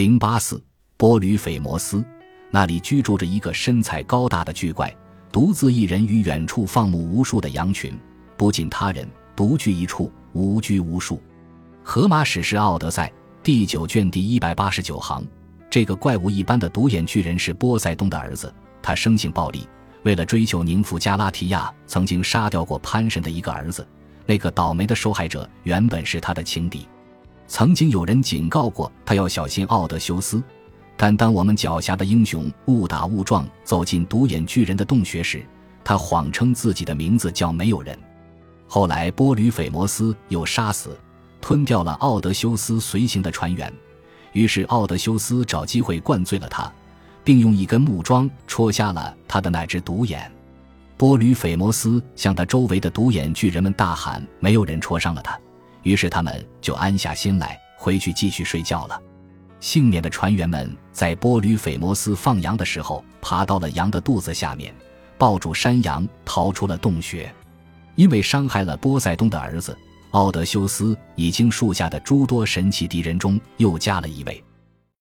084波吕斐摩斯，那里居住着一个身材高大的巨怪，独自一人于远处放牧无数的羊群，不近他人，独居一处，无拘无束。荷马史诗奥德赛第9卷第189行，这个怪物一般的独眼巨人是波塞冬的儿子，他生性暴力，为了追求宁芙加拉提亚，曾经杀掉过潘神的一个儿子，那个倒霉的受害者原本是他的情敌。曾经有人警告过他要小心奥德修斯，但当我们狡黠的英雄误打误撞走进独眼巨人的洞穴时，他谎称自己的名字叫没有人。后来波吕斐摩斯又杀死吞掉了奥德修斯随行的船员，于是奥德修斯找机会灌醉了他，并用一根木桩戳瞎了他的那只独眼。波吕斐摩斯向他周围的独眼巨人们大喊，没有人戳伤了他，于是他们就安下心来，回去继续睡觉了。幸免的船员们在波吕斐摩斯放羊的时候，爬到了羊的肚子下面，抱住山羊逃出了洞穴。因为伤害了波塞冬的儿子，奥德修斯已经树下的诸多神奇敌人中又加了一位。